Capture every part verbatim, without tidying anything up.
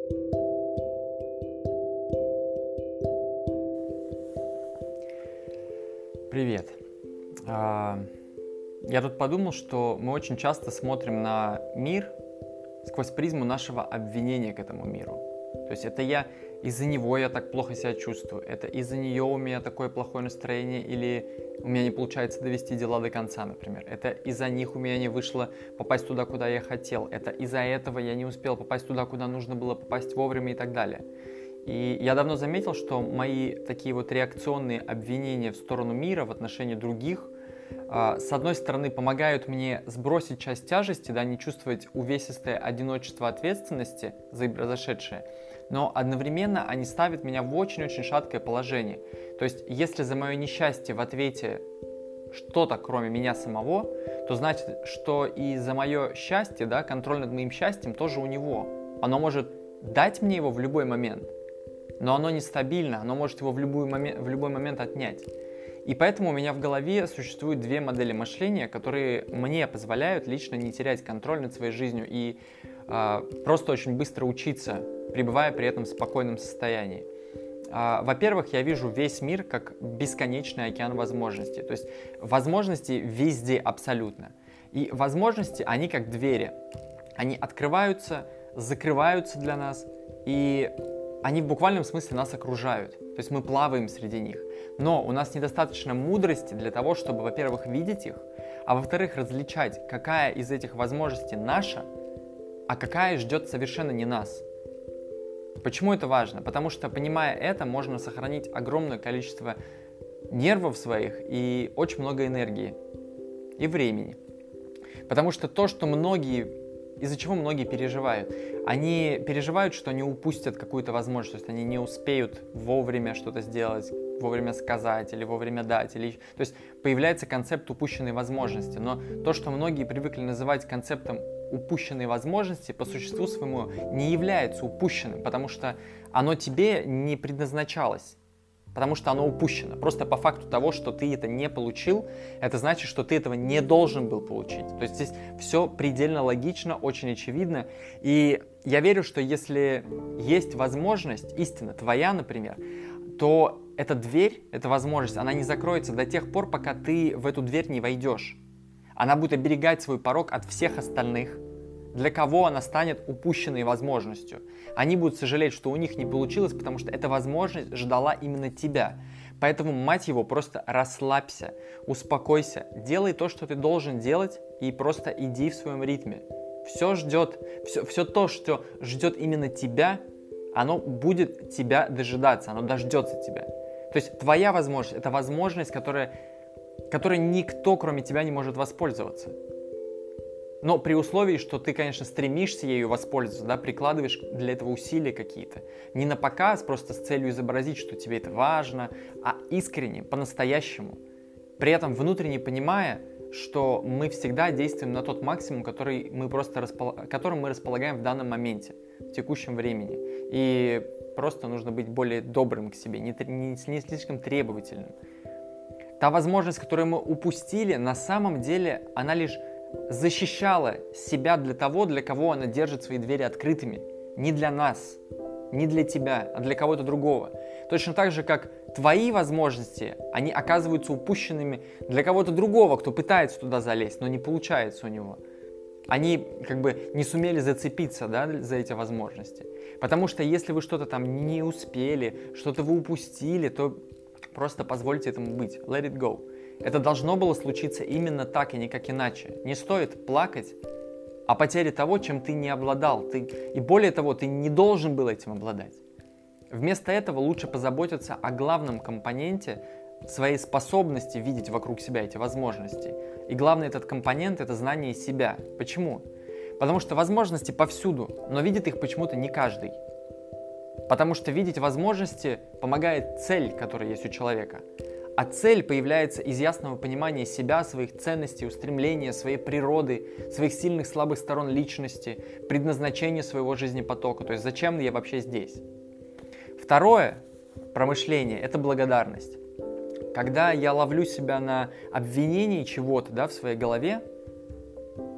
Привет. А, Я тут подумал, что мы очень часто смотрим на мир сквозь призму нашего обвинения к этому миру. То есть это я из-за него я так плохо себя чувствую, это из-за нее у меня такое плохое настроение, или у меня не получается довести дела до конца, например. Это из-за них у меня не вышло попасть туда, куда я хотел. Это из-за этого я не успел попасть туда, куда нужно было попасть вовремя и так далее. И я давно заметил, что мои такие вот реакционные обвинения в сторону мира, в отношении других, с одной стороны, помогают мне сбросить часть тяжести, да, не чувствовать увесистое одиночество ответственности за произошедшее, но одновременно они ставят меня в очень-очень шаткое положение. То есть, если за мое несчастье в ответе что-то, кроме меня самого, то значит, что и за мое счастье, да, контроль над моим счастьем тоже у него. Оно может дать мне его в любой момент, но оно нестабильно, оно может его в любой момент, в любой момент отнять. И поэтому у меня в голове существуют две модели мышления, которые мне позволяют лично не терять контроль над своей жизнью и э, просто очень быстро учиться, пребывая при этом в спокойном состоянии. Э, во-первых, я вижу весь мир как бесконечный океан возможностей. То есть возможности везде абсолютно. И возможности, они как двери. Они открываются, закрываются для нас, и они в буквальном смысле нас окружают. То есть мы плаваем среди них. Но у нас недостаточно мудрости для того, чтобы, во-первых, видеть их, а во-вторых, различать, какая из этих возможностей наша, а какая ждет совершенно не нас. Почему это важно? Потому что, понимая это, можно сохранить огромное количество нервов своих и очень много энергии и времени. Потому что то, что многие... Из-за чего многие переживают? Они переживают, что они упустят какую-то возможность, то есть они не успеют вовремя что-то сделать, вовремя сказать или вовремя дать. Или... То есть появляется концепт упущенной возможности. Но то, что многие привыкли называть концептом упущенной возможности, по существу своему не является упущенным, потому что оно тебе не предназначалось. Потому что оно упущено. Просто по факту того, что ты это не получил, это значит, что ты этого не должен был получить. То есть здесь все предельно логично, очень очевидно. И я верю, что если есть возможность, истина твоя, например, то эта дверь, эта возможность, она не закроется до тех пор, пока ты в эту дверь не войдешь. Она будет оберегать свой порог от всех остальных, для кого она станет упущенной возможностью. Они будут сожалеть, что у них не получилось, потому что эта возможность ждала именно тебя. Поэтому, мать его, просто расслабься, успокойся, делай то, что ты должен делать, и просто иди в своем ритме. Все ждет, все, все то, что ждет именно тебя, оно будет тебя дожидаться, оно дождется тебя. То есть твоя возможность – это возможность, которая, которой никто, кроме тебя, не может воспользоваться. Но при условии, что ты, конечно, стремишься ею воспользоваться, да, прикладываешь для этого усилия какие-то. Не на показ, просто с целью изобразить, что тебе это важно, а искренне, по-настоящему. При этом внутренне понимая, что мы всегда действуем на тот максимум, который мы просто распол... которым мы располагаем в данном моменте, в текущем времени. И просто нужно быть более добрым к себе, не, не, не слишком требовательным. Та возможность, которую мы упустили, на самом деле, она лишь защищала себя для того, для кого она держит свои двери открытыми. Не для нас, не для тебя, а для кого-то другого. Точно так же, как твои возможности, они оказываются упущенными для кого-то другого, кто пытается туда залезть, но не получается у него. Они как бы не сумели зацепиться, да, за эти возможности. Потому что если вы что-то там не успели, что-то вы упустили, то просто позвольте этому быть. Let it go. Это должно было случиться именно так и никак иначе. Не стоит плакать о потере того, чем ты не обладал. Ты, и более того, ты не должен был этим обладать. Вместо этого лучше позаботиться о главном компоненте своей способности видеть вокруг себя эти возможности. И главный этот компонент – это знание себя. Почему? Потому что возможности повсюду, но видит их почему-то не каждый. Потому что видеть возможности помогает цель, которая есть у человека. А цель появляется из ясного понимания себя, своих ценностей, устремления, своей природы, своих сильных, слабых сторон личности, предназначения своего жизнепотока. То есть зачем я вообще здесь? Второе промышление – это благодарность. Когда я ловлю себя на обвинении чего-то, да, в своей голове,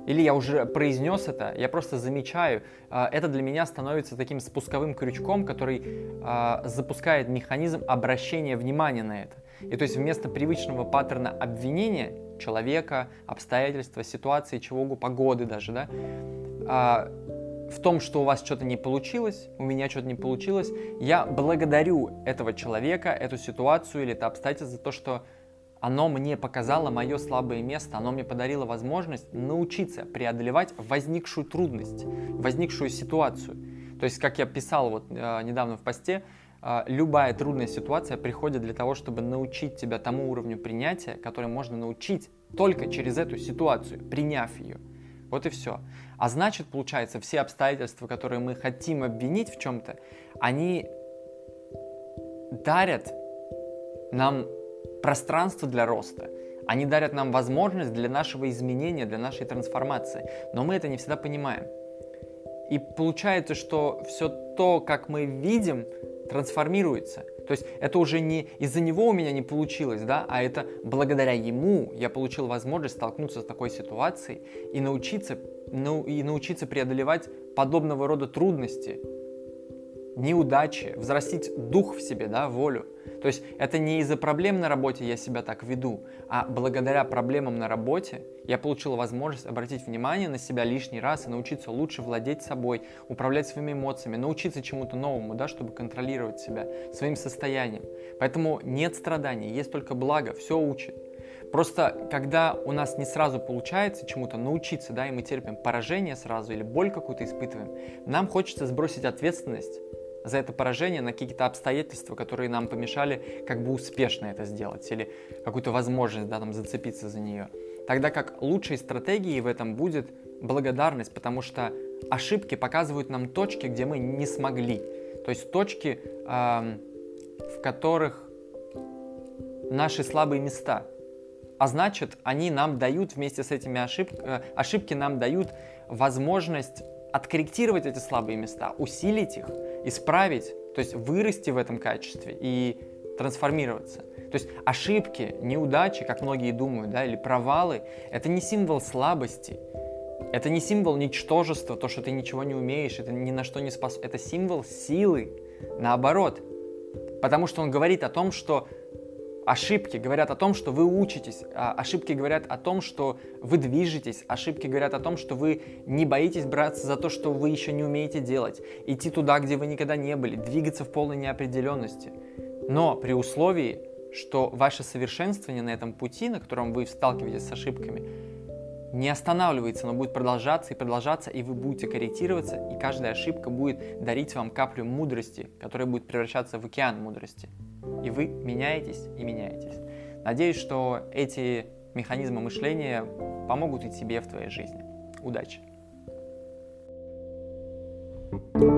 или я уже произнес это, я просто замечаю, это для меня становится таким спусковым крючком, который запускает механизм обращения внимания на это. И то есть вместо привычного паттерна обвинения человека, обстоятельства, ситуации, чего угодно, погоды даже, да, в том, что у вас что-то не получилось, у меня что-то не получилось, я благодарю этого человека, эту ситуацию или это обстоятельство за то, что оно мне показало мое слабое место, оно мне подарило возможность научиться преодолевать возникшую трудность, возникшую ситуацию. То есть, как я писал вот э, недавно в посте, э, любая трудная ситуация приходит для того, чтобы научить тебя тому уровню принятия, который можно научить только через эту ситуацию, приняв ее. Вот и все. А значит, получается, все обстоятельства, которые мы хотим обвинить в чем-то, они дарят нам пространство для роста. Они дарят нам возможность для нашего изменения, для нашей трансформации. Но мы это не всегда понимаем. И получается, что все то, как мы видим, трансформируется. То есть это уже не из-за него у меня не получилось, да, а это благодаря ему я получил возможность столкнуться с такой ситуацией и научиться, ну, и научиться преодолевать подобного рода трудности, неудачи, взрастить дух в себе, да, волю. То есть это не из-за проблем на работе я себя так веду, а благодаря проблемам на работе я получил возможность обратить внимание на себя лишний раз и научиться лучше владеть собой, управлять своими эмоциями, научиться чему-то новому, да, чтобы контролировать себя, своим состоянием. Поэтому нет страданий, есть только благо, все учит. Просто когда у нас не сразу получается чему-то научиться, да, и мы терпим поражение сразу или боль какую-то испытываем, нам хочется сбросить ответственность за это поражение на какие-то обстоятельства, которые нам помешали как бы успешно это сделать или какую-то возможность, да, там, зацепиться за нее. Тогда как лучшей стратегией в этом будет благодарность, потому что ошибки показывают нам точки, где мы не смогли. То есть точки, э, в которых наши слабые места. А значит, они нам дают вместе с этими ошибками, ошибки нам дают возможность откорректировать эти слабые места, усилить их, исправить, то есть вырасти в этом качестве и трансформироваться. То есть ошибки, неудачи, как многие думают, да, или провалы, это не символ слабости, это не символ ничтожества, то, что ты ничего не умеешь, это ни на что не способен, это символ силы, наоборот. Потому что он говорит о том, что ошибки говорят о том, что вы учитесь, ошибки говорят о том, что вы движетесь, ошибки говорят о том, что вы не боитесь браться за то, что вы еще не умеете делать, идти туда, где вы никогда не были, двигаться в полной неопределенности. Но при условии, что ваше совершенствование на этом пути, на котором вы сталкиваетесь с ошибками, не останавливается, но будет продолжаться и продолжаться, и вы будете корректироваться, и каждая ошибка будет дарить вам каплю мудрости, которая будет превращаться в океан мудрости. И вы меняетесь и меняетесь. Надеюсь, что эти механизмы мышления помогут и тебе в твоей жизни. Удачи!